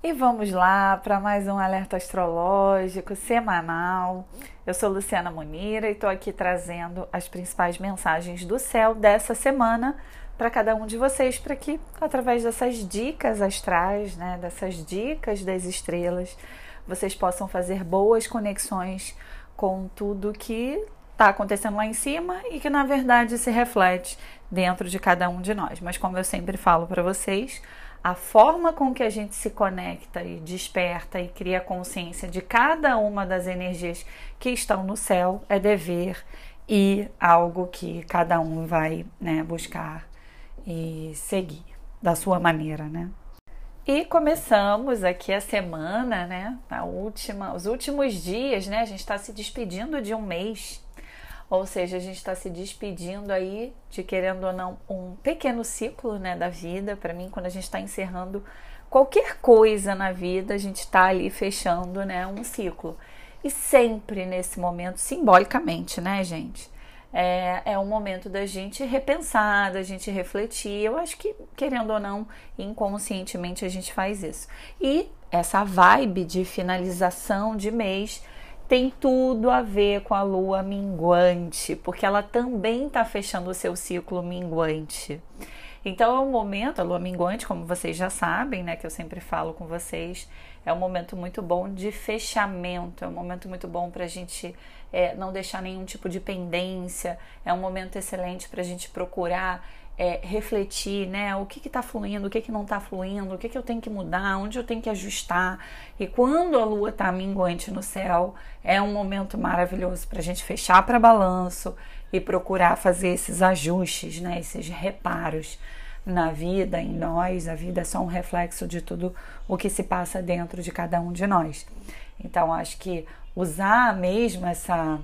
E vamos lá para mais um alerta astrológico semanal. Eu sou Luciana Munira e estou aqui trazendo as principais mensagens do céu dessa semana para cada um de vocês, para que através dessas dicas astrais, dessas dicas das estrelas, vocês possam fazer boas conexões com tudo que está acontecendo lá em cima e que na verdade se reflete dentro de cada um de nós. Mas como eu sempre falo para vocês, a forma com que a gente se conecta e desperta e cria consciência de cada uma das energias que estão no céu é dever e algo que cada um vai, buscar e seguir da sua maneira, E começamos aqui a semana, os últimos dias, a gente está se despedindo de um mês. Ou seja, a gente está se despedindo aí de, querendo ou não, um pequeno ciclo, da vida. Para mim, quando a gente está encerrando qualquer coisa na vida, a gente está ali fechando, um ciclo. E sempre nesse momento, simbolicamente, gente? É um momento da gente repensar, da gente refletir. Eu acho que, querendo ou não, inconscientemente a gente faz isso. E essa vibe de finalização de mês tem tudo a ver com a lua minguante, porque ela também está fechando o seu ciclo minguante. Então é um momento, a lua minguante, como vocês já sabem, que eu sempre falo com vocês, é um momento muito bom de fechamento, é um momento muito bom para a gente não deixar nenhum tipo de pendência, é um momento excelente para a gente procurar refletir, o que está fluindo, o que não está fluindo, o que eu tenho que mudar, onde eu tenho que ajustar. E quando a lua está minguante no céu, é um momento maravilhoso para a gente fechar para balanço e procurar fazer esses ajustes, esses reparos na vida, em nós. A vida é só um reflexo de tudo o que se passa dentro de cada um de nós. Então, acho que usar mesmo essa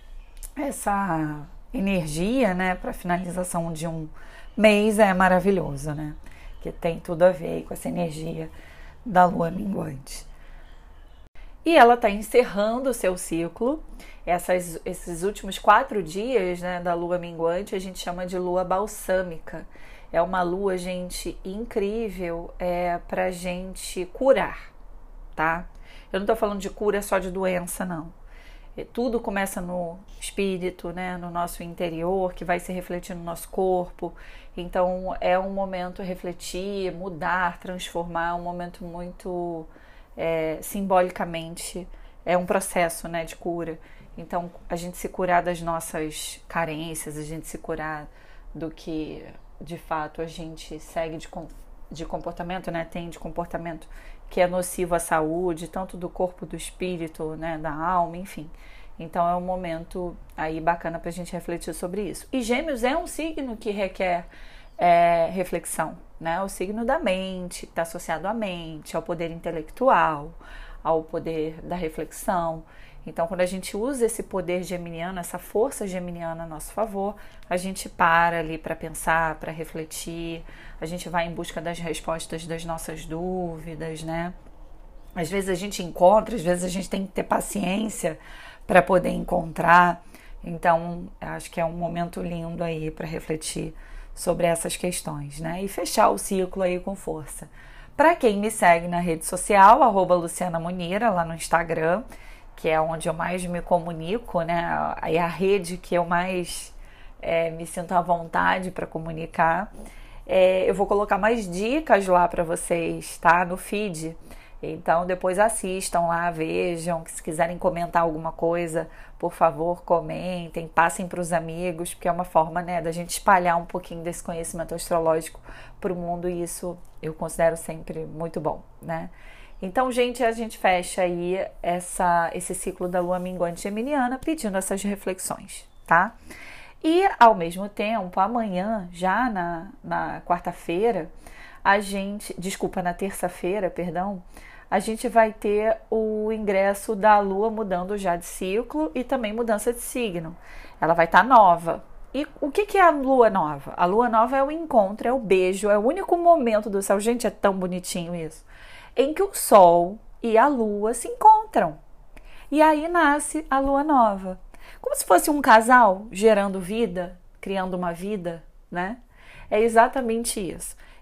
energia, para a finalização de um mês é maravilhoso, que tem tudo a ver com essa energia da lua minguante. E ela está encerrando o seu ciclo. Esses últimos 4 dias, da lua minguante, a gente chama de lua balsâmica. É uma lua, gente, incrível para gente curar, tá? Eu não estou falando de cura só de doença, não. Tudo começa no espírito, no nosso interior, que vai se refletir no nosso corpo. Então é um momento refletir, mudar, transformar, um momento muito simbolicamente, é um processo de cura. Então a gente se curar das nossas carências, a gente se curar do que de fato a gente segue de comportamento, tem de comportamento que é nocivo à saúde, tanto do corpo, do espírito, da alma, enfim. Então é um momento aí bacana para a gente refletir sobre isso. E Gêmeos é um signo que requer reflexão, o signo da mente, que está associado à mente, ao poder intelectual, ao poder da reflexão. Então, quando a gente usa esse poder geminiano, essa força geminiana a nosso favor, a gente para ali para pensar, para refletir, a gente vai em busca das respostas das nossas dúvidas, Às vezes a gente encontra, às vezes a gente tem que ter paciência para poder encontrar. Então, acho que é um momento lindo aí para refletir sobre essas questões, E fechar o ciclo aí com força. Para quem me segue na rede social, @Luciana Munira, lá no Instagram, que é onde eu mais me comunico, É a rede que eu mais me sinto à vontade para comunicar. Eu vou colocar mais dicas lá para vocês, tá? No feed. Então, depois assistam lá, vejam, que se quiserem comentar alguma coisa, por favor, comentem, passem para os amigos, porque é uma forma, da gente espalhar um pouquinho desse conhecimento astrológico para o mundo, e isso eu considero sempre muito bom, Então, gente, a gente fecha aí esse ciclo da lua minguante geminiana pedindo essas reflexões, tá? E, ao mesmo tempo, amanhã, já na quarta-feira, na terça-feira, perdão, a gente vai ter o ingresso da lua mudando já de ciclo e também mudança de signo. Ela vai estar nova. E o que é a lua nova? A lua nova é o encontro, é o beijo, é o único momento do céu. Gente, é tão bonitinho isso. Em que o sol e a lua se encontram. E aí nasce a lua nova. Como se fosse um casal gerando vida, criando uma vida, É exatamente isso.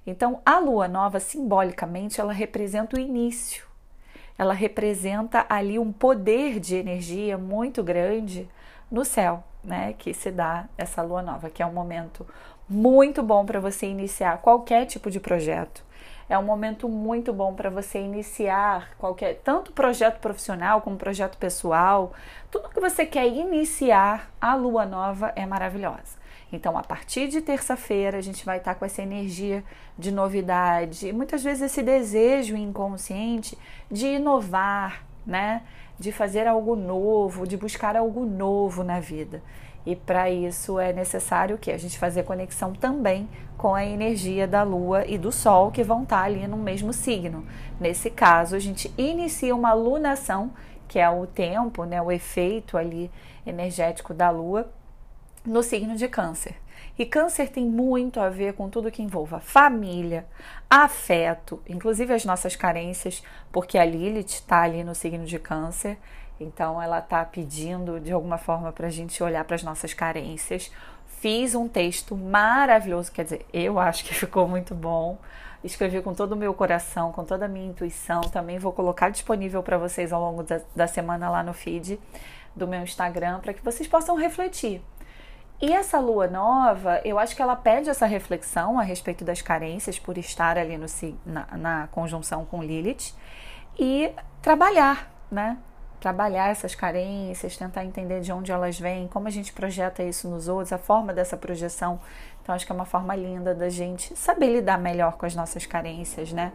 Então, a lua nova, simbolicamente, ela representa o início. Ela representa ali um poder de energia muito grande no céu, né? Que se dá essa lua nova, que é um momento muito bom para você iniciar qualquer tipo de projeto. É um momento muito bom para você iniciar qualquer, tanto projeto profissional como projeto pessoal. Tudo que você quer iniciar, a lua nova é maravilhosa. Então, a partir de terça-feira, a gente vai estar com essa energia de novidade, muitas vezes esse desejo inconsciente de inovar, né? De fazer algo novo, de buscar algo novo na vida. E para isso é necessário que a gente fazer conexão também com a energia da Lua e do Sol, que vão estar ali no mesmo signo. Nesse caso, a gente inicia uma lunação, que é o tempo, né, o efeito ali energético da Lua, no signo de Câncer. E Câncer tem muito a ver com tudo que envolva família, afeto, inclusive as nossas carências, porque a Lilith está ali no signo de Câncer. Então, ela está pedindo, de alguma forma, para a gente olhar para as nossas carências. Fiz um texto maravilhoso, quer dizer, eu acho que ficou muito bom. Escrevi com todo o meu coração, com toda a minha intuição. Também vou colocar disponível para vocês ao longo da semana lá no feed do meu Instagram, para que vocês possam refletir. E essa lua nova, eu acho que ela pede essa reflexão a respeito das carências por estar ali na conjunção com Lilith e trabalhar, né? Trabalhar essas carências, tentar entender de onde elas vêm, como a gente projeta isso nos outros, a forma dessa projeção. Então, acho que é uma forma linda da gente saber lidar melhor com as nossas carências, né?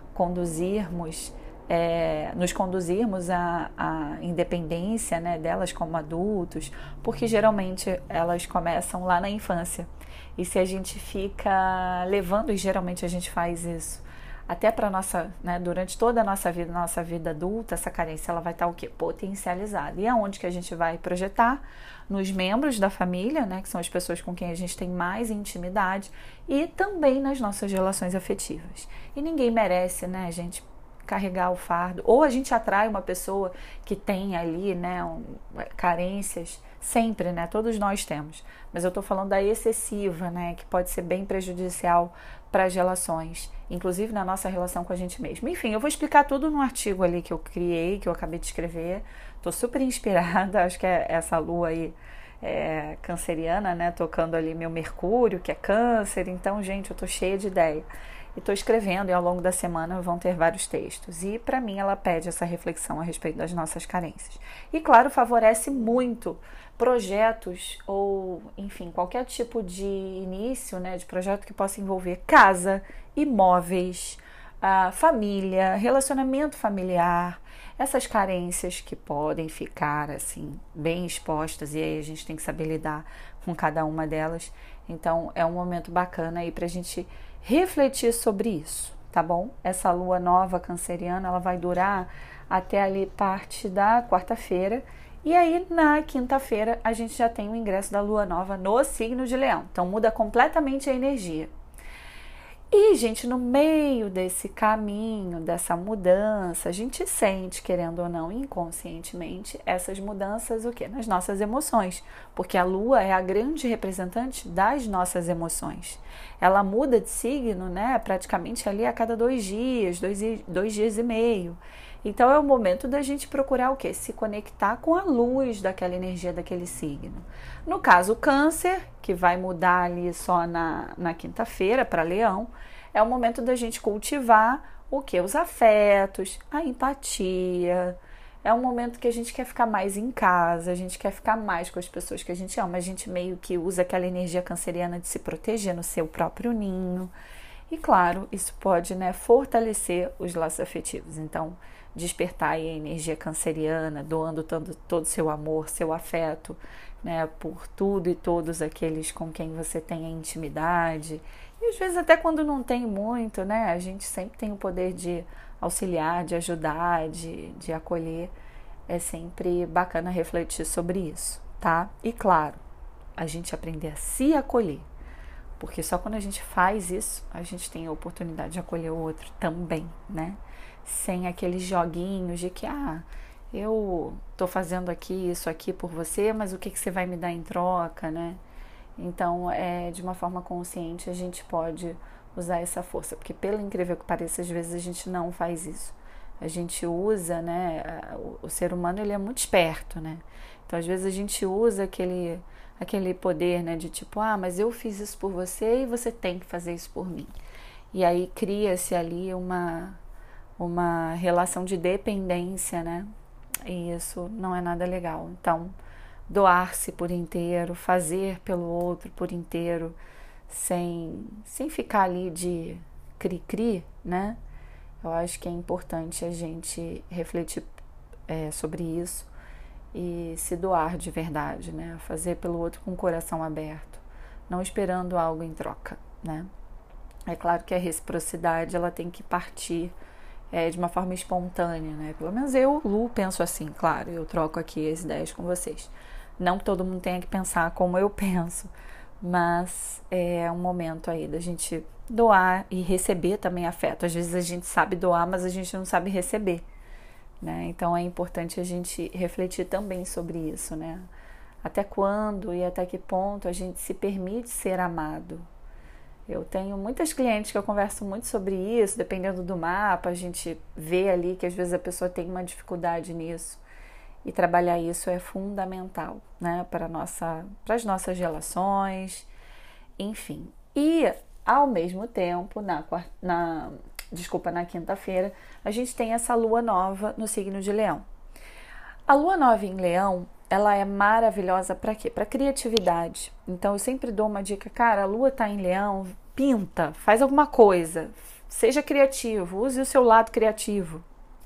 Nos conduzirmos à independência, né, delas como adultos, porque geralmente elas começam lá na infância. E se a gente fica levando, e geralmente a gente faz isso, até para nossa, né, durante toda a nossa vida adulta, essa carência ela vai estar o quê? Potencializada. E aonde que a gente vai projetar? Nos membros da família, né, que são as pessoas com quem a gente tem mais intimidade, e também nas nossas relações afetivas. E ninguém merece, né, a gente carregar o fardo, ou a gente atrai uma pessoa que tem ali, né, carências, sempre, né, todos nós temos, mas eu tô falando da excessiva, né, que pode ser bem prejudicial para as relações, inclusive na nossa relação com a gente mesmo. Enfim, eu vou explicar tudo num artigo ali que eu criei, que eu acabei de escrever, tô super inspirada, acho que é essa lua aí canceriana, né, tocando ali meu Mercúrio, que é câncer, então, gente, eu tô cheia de ideia. E estou escrevendo e ao longo da semana vão ter vários textos. E para mim ela pede essa reflexão a respeito das nossas carências. E claro, favorece muito projetos ou, enfim, qualquer tipo de início, né, de projeto que possa envolver casa, imóveis, família, relacionamento familiar, essas carências que podem ficar assim bem expostas e aí a gente tem que saber lidar com cada uma delas. Então é um momento bacana aí para a gente refletir sobre isso, tá bom? Essa lua nova canceriana, ela vai durar até ali parte da quarta-feira e aí na quinta-feira a gente já tem o ingresso da lua nova no signo de Leão, então muda completamente a energia. E, gente, no meio desse caminho, dessa mudança, a gente sente, querendo ou não, inconscientemente, essas mudanças, o quê? Nas nossas emoções, porque a Lua é a grande representante das nossas emoções. Ela muda de signo, né, praticamente ali a cada 2 dias, 2 dias e meio. Então, é o momento da gente procurar o quê? Se conectar com a luz daquela energia daquele signo. No caso, o Câncer, que vai mudar ali só na quinta-feira para Leão, é o momento da gente cultivar o quê? Os afetos, a empatia. É um momento que a gente quer ficar mais em casa, a gente quer ficar mais com as pessoas que a gente ama. A gente meio que usa aquela energia canceriana de se proteger no seu próprio ninho. E claro, isso pode, né, fortalecer os laços afetivos. Então, despertar aí a energia canceriana, doando todo o seu amor, seu afeto, né, por tudo e todos aqueles com quem você tem a intimidade. E às vezes até quando não tem muito, né, a gente sempre tem o poder de auxiliar, de ajudar, de acolher. É sempre bacana refletir sobre isso, tá? E claro, a gente aprender a se acolher. Porque só quando a gente faz isso, a gente tem a oportunidade de acolher o outro também, né? Sem aqueles joguinhos de que, eu tô fazendo isso aqui por você, mas o que você vai me dar em troca, né? Então, de uma forma consciente, a gente pode usar essa força, porque pelo incrível que pareça, às vezes a gente não faz isso. A gente usa, né, o ser humano ele é muito esperto, né? Então às vezes a gente usa aquele poder, né, de tipo, mas eu fiz isso por você e você tem que fazer isso por mim. E aí cria-se ali uma relação de dependência, né? E isso não é nada legal. Então, doar-se por inteiro, fazer pelo outro por inteiro, sem ficar ali de cri-cri, né? Eu acho que é importante a gente refletir sobre isso e se doar de verdade, né? Fazer pelo outro com o coração aberto, não esperando algo em troca, né? É claro que a reciprocidade ela tem que partir de uma forma espontânea, né? Pelo menos eu, Lu, penso assim, claro, eu troco aqui as ideias com vocês. Não que todo mundo tenha que pensar como eu penso, mas é um momento aí da gente doar e receber também afeto. Às vezes a gente sabe doar, mas a gente não sabe receber, né? Então é importante a gente refletir também sobre isso, né? Até quando e até que ponto a gente se permite ser amado. Eu tenho muitas clientes que eu converso muito sobre isso, dependendo do mapa, a gente vê ali que às vezes a pessoa tem uma dificuldade nisso. E trabalhar isso é fundamental, né, para as nossas relações, enfim. E, ao mesmo tempo, na quinta-feira, a gente tem essa lua nova no signo de Leão. A lua nova em Leão, ela é maravilhosa para quê? Para criatividade. Então, eu sempre dou uma dica, cara, a lua está em Leão, pinta, faz alguma coisa, seja criativo, use o seu lado criativo.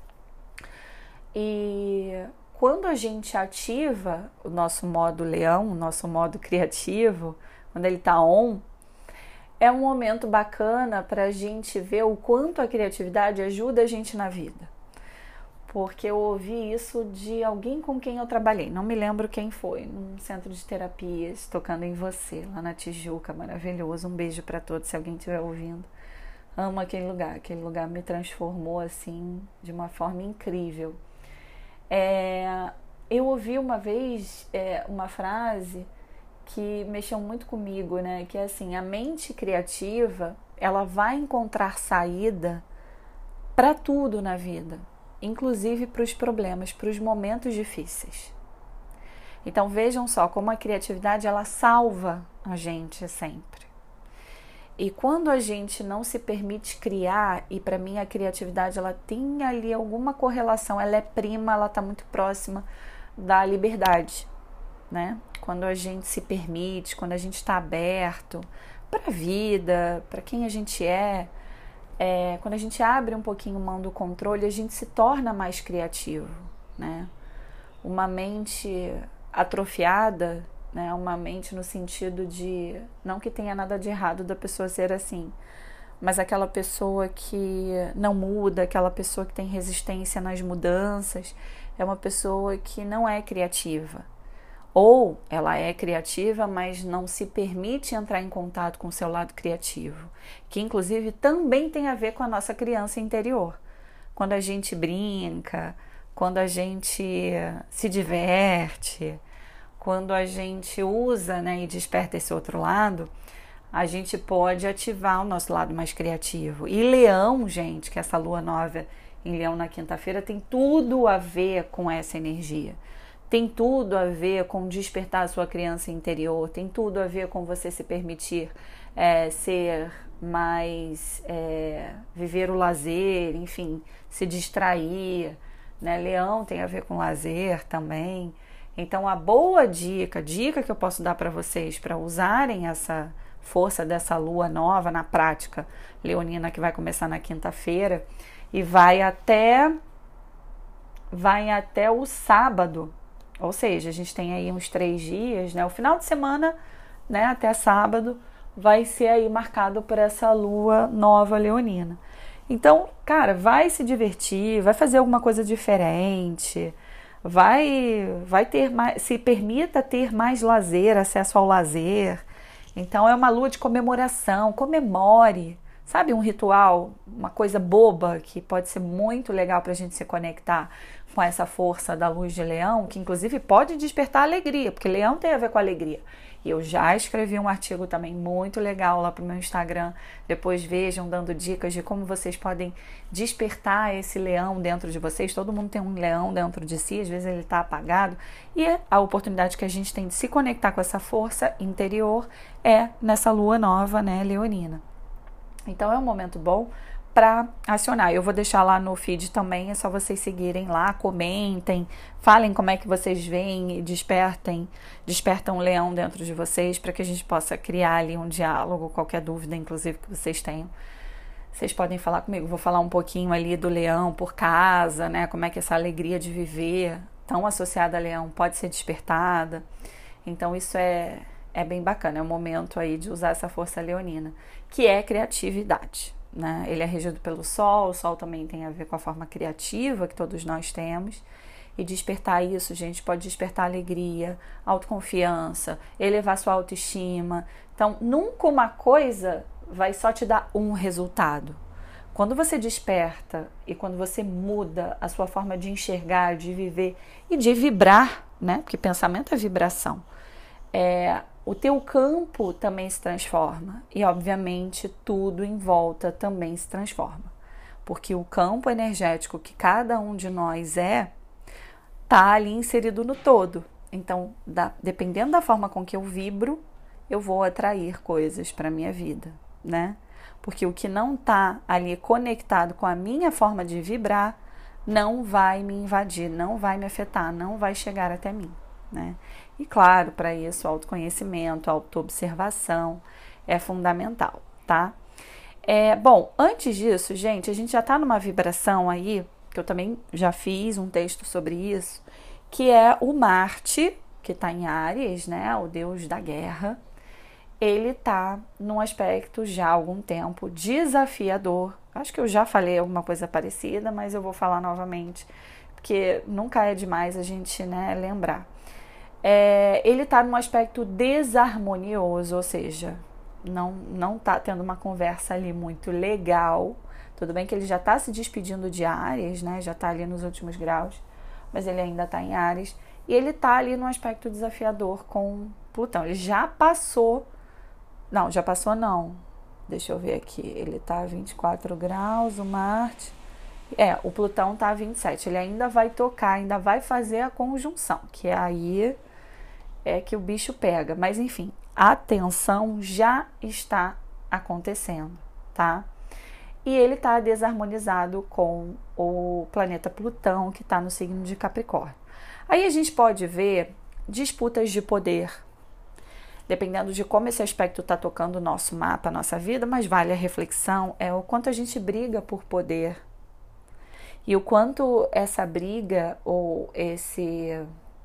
E quando a gente ativa o nosso modo leão, o nosso modo criativo, quando ele está on, é um momento bacana para a gente ver o quanto a criatividade ajuda a gente na vida. Porque eu ouvi isso de alguém com quem eu trabalhei, não me lembro quem foi, num centro de terapias, Tocando em Você, lá na Tijuca, maravilhoso. Um beijo para todos, se alguém estiver ouvindo. Amo aquele lugar me transformou assim de uma forma incrível. Eu ouvi uma vez uma frase que mexeu muito comigo, né? Que é assim, a mente criativa, ela vai encontrar saída para tudo na vida, inclusive para os problemas, para os momentos difíceis. Então vejam só como a criatividade ela salva a gente sempre. E quando a gente não se permite criar, e para mim a criatividade ela tem ali alguma correlação, ela é prima, ela está muito próxima da liberdade, né? Quando a gente se permite, quando a gente está aberto para a vida, para quem a gente quando a gente abre um pouquinho mão do controle, a gente se torna mais criativo, né? Uma mente atrofiada, né? Uma mente no sentido de, não que tenha nada de errado da pessoa ser assim, mas aquela pessoa que não muda, aquela pessoa que tem resistência nas mudanças, é uma pessoa que não é criativa. Ou ela é criativa, mas não se permite entrar em contato com o seu lado criativo, que inclusive também tem a ver com a nossa criança interior. Quando a gente brinca, quando a gente se diverte, quando a gente usa, né, e desperta esse outro lado, a gente pode ativar o nosso lado mais criativo. E Leão, gente, que essa lua nova em Leão na quinta-feira tem tudo a ver com essa energia. Tem tudo a ver com despertar a sua criança interior, tem tudo a ver com você se permitir ser mais, viver o lazer, enfim, se distrair, né? Leão tem a ver com lazer também. Então a boa dica que eu posso dar para vocês para usarem essa força dessa lua nova na prática leonina que vai começar na quinta-feira e vai até o sábado. Ou seja, a gente tem aí uns 3 dias, né? O final de semana, né, até sábado, vai ser aí marcado por essa lua nova leonina. Então, cara, vai se divertir, vai fazer alguma coisa diferente, vai ter mais, se permita ter mais lazer, acesso ao lazer. Então, é uma lua de comemoração, comemore, sabe, um ritual, uma coisa boba que pode ser muito legal para a gente se conectar com essa força da luz de Leão, que inclusive pode despertar alegria, porque Leão tem a ver com alegria. E eu já escrevi um artigo também muito legal lá pro meu Instagram. Depois vejam, dando dicas de como vocês podem despertar esse leão dentro de vocês. Todo mundo tem um leão dentro de si, às vezes ele está apagado. E a oportunidade que a gente tem de se conectar com essa força interior é nessa lua nova, né, leonina. Então é um momento bom para acionar. Eu vou deixar lá no feed também, é só vocês seguirem lá, comentem, falem como é que vocês veem e despertam um leão dentro de vocês, para que a gente possa criar ali um diálogo, qualquer dúvida, inclusive, que vocês tenham. Vocês podem falar comigo, vou falar um pouquinho ali do leão por casa, né? Como é que essa alegria de viver, tão associada a leão, pode ser despertada. Então isso é bem bacana, é o momento aí de usar essa força leonina, que é criatividade. Né? Ele é regido pelo Sol, o Sol também tem a ver com a forma criativa que todos nós temos, e despertar isso, gente, pode despertar alegria, autoconfiança, elevar sua autoestima. Então, nunca uma coisa vai só te dar um resultado. Quando você desperta e quando você muda a sua forma de enxergar, de viver e de vibrar, né? Porque pensamento é vibração, o teu campo também se transforma e, obviamente, tudo em volta também se transforma. Porque o campo energético que cada um de nós tá ali inserido no todo. Então, dependendo da forma com que eu vibro, eu vou atrair coisas para a minha vida, né? Porque o que não tá ali conectado com a minha forma de vibrar não vai me invadir, não vai me afetar, não vai chegar até mim, né? E claro, para isso, autoconhecimento, autoobservação é fundamental, tá? Bom, antes disso, gente, a gente já tá numa vibração aí, que eu também já fiz um texto sobre isso, que é o Marte, que tá em Áries, né? O deus da guerra. Ele tá num aspecto já há algum tempo desafiador. Acho que eu já falei alguma coisa parecida, mas eu vou falar novamente, porque nunca é demais a gente, né, lembrar. Ele está num aspecto desarmonioso, ou seja, não está tendo uma conversa ali muito legal. Tudo bem que ele já está se despedindo de Áries, né? Já está ali nos últimos graus, mas ele ainda está em Áries. E ele está ali num aspecto desafiador com Plutão. Ele já passou... Não, já passou não. Deixa eu ver aqui. Ele está a 24 graus, o Marte... o Plutão está a 27. Ele ainda vai tocar, ainda vai fazer a conjunção, que aí que o bicho pega. Mas, enfim, a tensão já está acontecendo, tá? E ele está desarmonizado com o planeta Plutão, que está no signo de Capricórnio. Aí a gente pode ver disputas de poder, dependendo de como esse aspecto está tocando o nosso mapa, a nossa vida, mas vale a reflexão, o quanto a gente briga por poder. E o quanto essa briga ou esse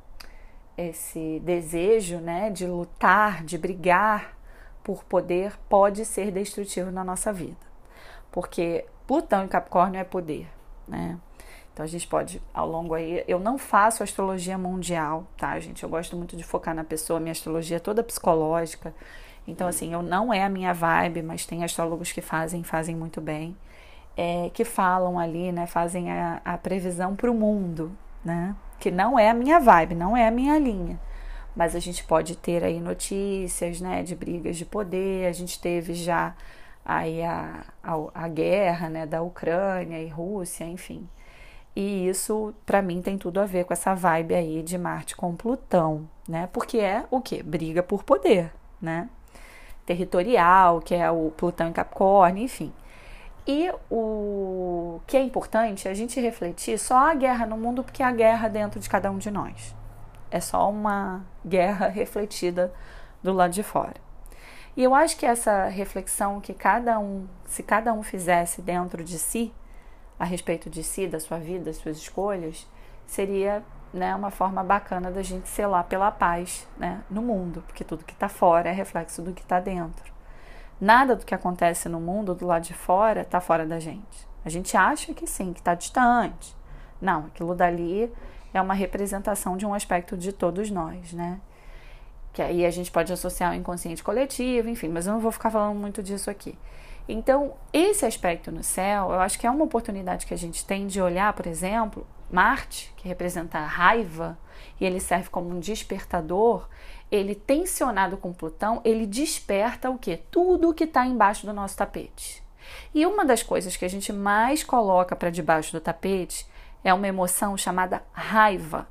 desejo, né, de lutar, de brigar por poder pode ser destrutivo na nossa vida. Porque Plutão em Capricórnio é poder, né? Então a gente pode, ao longo aí, eu não faço astrologia mundial, tá, gente? Eu gosto muito de focar na pessoa, minha astrologia é toda psicológica. Então, assim, não é a minha vibe, mas tem astrólogos que fazem muito bem. Que falam ali, né, fazem a previsão para o mundo, né, que não é a minha vibe, não é a minha linha, mas a gente pode ter aí notícias, né, de brigas de poder. A gente teve já aí a guerra, né, da Ucrânia e Rússia, enfim, e isso para mim tem tudo a ver com essa vibe aí de Marte com Plutão, né, porque é o quê? Briga por poder, né, territorial, que é o Plutão em Capricórnio, enfim. E o que é importante é a gente refletir só a guerra no mundo, porque é a guerra dentro de cada um de nós. É só uma guerra refletida do lado de fora. E eu acho que essa reflexão que se cada um fizesse dentro de si, a respeito de si, da sua vida, das suas escolhas, seria, né, uma forma bacana da gente selar pela paz, né, no mundo, porque tudo que está fora é reflexo do que está dentro. Nada do que acontece no mundo do lado de fora está fora da gente. A gente acha que sim, que está distante. Não, aquilo dali é uma representação de um aspecto de todos nós, né? Que aí a gente pode associar ao inconsciente coletivo, enfim, mas eu não vou ficar falando muito disso aqui. Então, esse aspecto no céu, eu acho que é uma oportunidade que a gente tem de olhar, por exemplo, Marte, que representa a raiva, e ele serve como um despertador, ele tensionado com Plutão, ele desperta o quê? Tudo o que está embaixo do nosso tapete. E uma das coisas que a gente mais coloca para debaixo do tapete é uma emoção chamada raiva.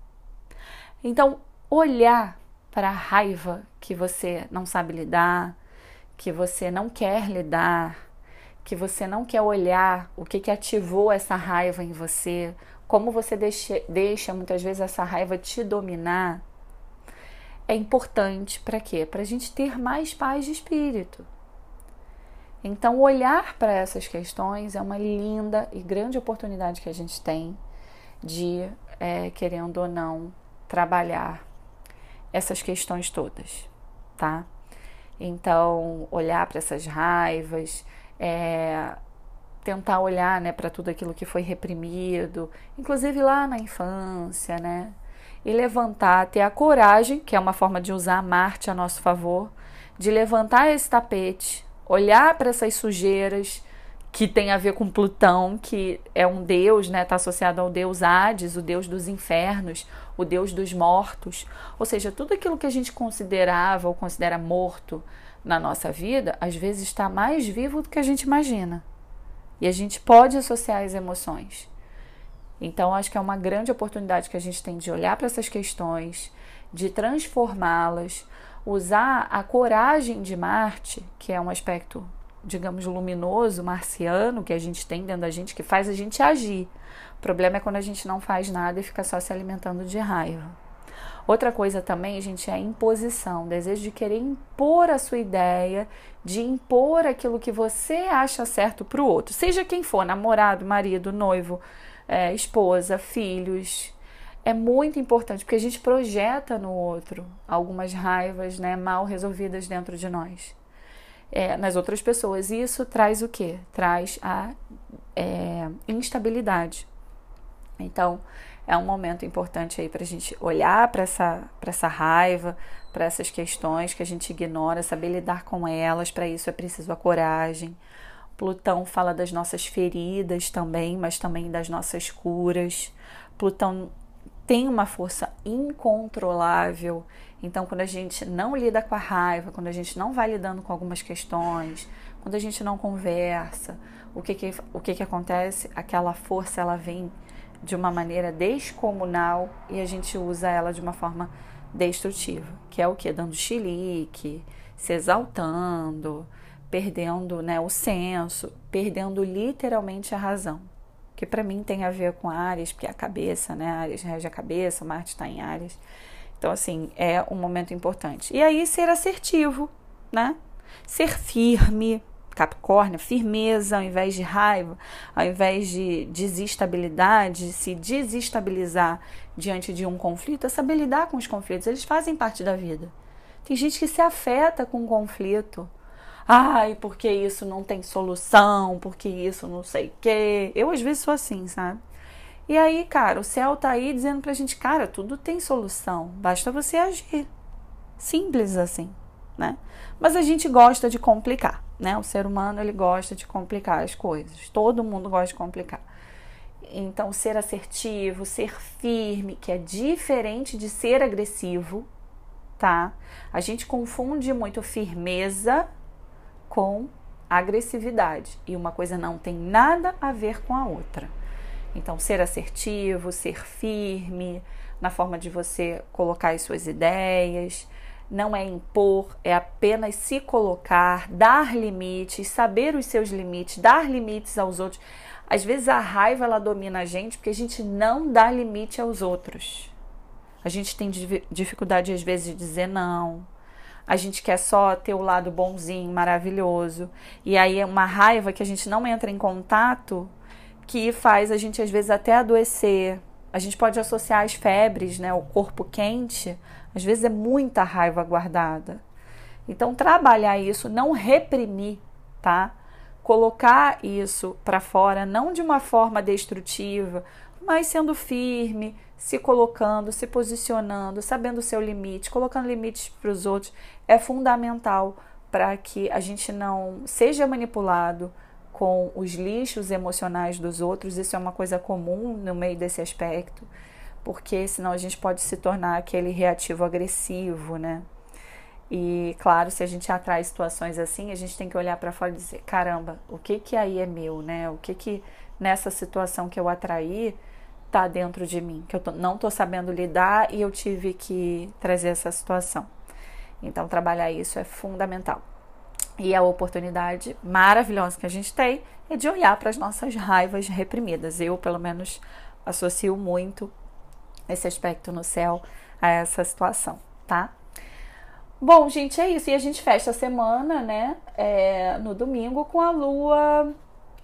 Então, olhar para a raiva que você não sabe lidar, que você não quer lidar, que você não quer olhar o que ativou essa raiva em você, como você deixa muitas vezes essa raiva te dominar, é importante para quê? Para a gente ter mais paz de espírito. Então, olhar para essas questões é uma linda e grande oportunidade que a gente tem de, querendo ou não, trabalhar essas questões todas, tá? Então, olhar para essas raivas, tentar olhar, né, para tudo aquilo que foi reprimido, inclusive lá na infância, né? E levantar, ter a coragem, que é uma forma de usar Marte a nosso favor, de levantar esse tapete, olhar para essas sujeiras que tem a ver com Plutão, que é um deus, né? Está associado ao deus Hades, o deus dos infernos, o deus dos mortos. Ou seja, tudo aquilo que a gente considerava ou considera morto na nossa vida, às vezes está mais vivo do que a gente imagina. E a gente pode associar as emoções. Então, acho que é uma grande oportunidade que a gente tem de olhar para essas questões, de transformá-las, usar a coragem de Marte, que é um aspecto, digamos, luminoso, marciano, que a gente tem dentro da gente, que faz a gente agir. O problema é quando a gente não faz nada e fica só se alimentando de raiva. Outra coisa também, gente, é a imposição, o desejo de querer impor a sua ideia, de impor aquilo que você acha certo para o outro, seja quem for, namorado, marido, noivo, esposa, filhos. É muito importante, porque a gente projeta no outro algumas raivas, né, mal resolvidas dentro de nós, nas outras pessoas. E isso traz o quê? Traz a instabilidade. Então, é um momento importante aí para a gente olhar para essa raiva, para essas questões que a gente ignora, saber lidar com elas. Para isso é preciso a coragem. Plutão fala das nossas feridas também, mas também das nossas curas. Plutão tem uma força incontrolável. Então, quando a gente não lida com a raiva, quando a gente não vai lidando com algumas questões, quando a gente não conversa, o que acontece? Aquela força, ela vem de uma maneira descomunal e a gente usa ela de uma forma destrutiva, que é o quê? Dando chilique, se exaltando, perdendo, né, o senso, perdendo literalmente a razão, que para mim tem a ver com Áries, porque é a cabeça, né, Áries rege a cabeça, Marte está em Áries. Então, assim, é um momento importante. E aí, ser assertivo, né? Ser firme, Capricórnio, firmeza ao invés de raiva, ao invés de desestabilidade, se desestabilizar diante de um conflito, é saber lidar com os conflitos, eles fazem parte da vida. Tem gente que se afeta com o conflito. Ai, porque isso não tem solução, porque isso não sei o quê. Eu, às vezes, sou assim, sabe? E aí, cara, o céu tá aí dizendo pra gente, cara, tudo tem solução, basta você agir. Simples assim, né? Mas a gente gosta de complicar, né? O ser humano, ele gosta de complicar as coisas. Todo mundo gosta de complicar. Então, ser assertivo, ser firme, que é diferente de ser agressivo, tá? A gente confunde muito firmeza com agressividade. E uma coisa não tem nada a ver com a outra. Então, ser assertivo, ser firme, na forma de você colocar as suas ideias, não é impor, é apenas se colocar, dar limites, saber os seus limites, dar limites aos outros. Às vezes a raiva, ela domina a gente porque a gente não dá limite aos outros. A gente tem dificuldade, às vezes, de dizer não. A gente quer só ter o lado bonzinho, maravilhoso. E aí é uma raiva que a gente não entra em contato, que faz a gente, às vezes, até adoecer. A gente pode associar as febres, né? O corpo quente, às vezes é muita raiva guardada. Então, trabalhar isso, não reprimir, tá? Colocar isso para fora, não de uma forma destrutiva, mas sendo firme, se colocando, se posicionando, sabendo o seu limite, colocando limites para os outros, é fundamental para que a gente não seja manipulado com os lixos emocionais dos outros. Isso é uma coisa comum no meio desse aspecto, porque senão a gente pode se tornar aquele reativo agressivo, né? E claro, se a gente atrai situações assim, a gente tem que olhar para fora e dizer, caramba, o que aí é meu, né? O que nessa situação que eu atraí tá dentro de mim, que eu não tô sabendo lidar e eu tive que trazer essa situação. Então, trabalhar isso é fundamental. E a oportunidade maravilhosa que a gente tem é de olhar para as nossas raivas reprimidas. Eu, pelo menos, associo muito esse aspecto no céu a essa situação, tá? Bom, gente, é isso. E a gente fecha a semana, né? No domingo com a lua...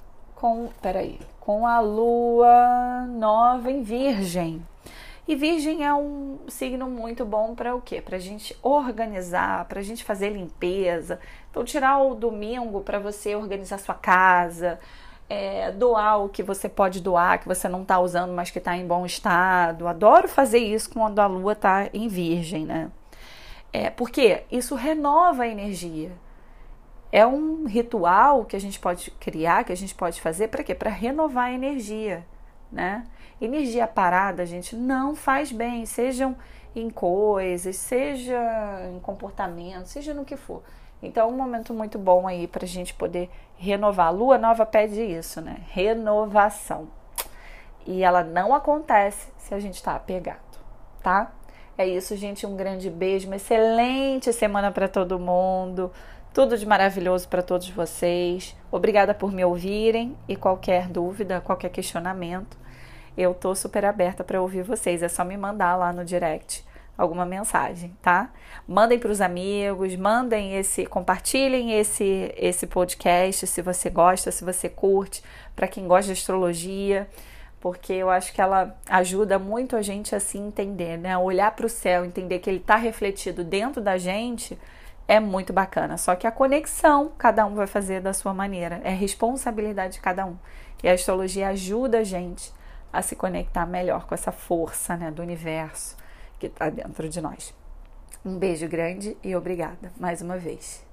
Com a lua nova em Virgem. E Virgem é um signo muito bom para o quê? Para a gente organizar, para a gente fazer limpeza. Então, tirar o domingo para você organizar sua casa, doar o que você pode doar, que você não está usando, mas que está em bom estado. Adoro fazer isso quando a lua está em Virgem, né? Porque isso renova a energia. É um ritual que a gente pode criar, que a gente pode fazer para quê? Para renovar a energia, né? Energia parada, gente, não faz bem, sejam em coisas, seja em comportamento, seja no que for. Então, é um momento muito bom aí para a gente poder renovar. A lua nova pede isso, né? Renovação. E ela não acontece se a gente está apegado, tá? É isso, gente. Um grande beijo, uma excelente semana para todo mundo. Tudo de maravilhoso para todos vocês. Obrigada por me ouvirem e qualquer dúvida, qualquer questionamento, eu tô super aberta para ouvir vocês. É só me mandar lá no direct alguma mensagem, tá? Mandem para os amigos, compartilhem esse podcast se você gosta, se você curte, para quem gosta de astrologia, porque eu acho que ela ajuda muito a gente a se entender, né? Olhar para o céu, entender que ele está refletido dentro da gente. É muito bacana, só que a conexão cada um vai fazer da sua maneira, é responsabilidade de cada um. E a astrologia ajuda a gente a se conectar melhor com essa força, né, do universo que está dentro de nós. Um beijo grande e obrigada mais uma vez.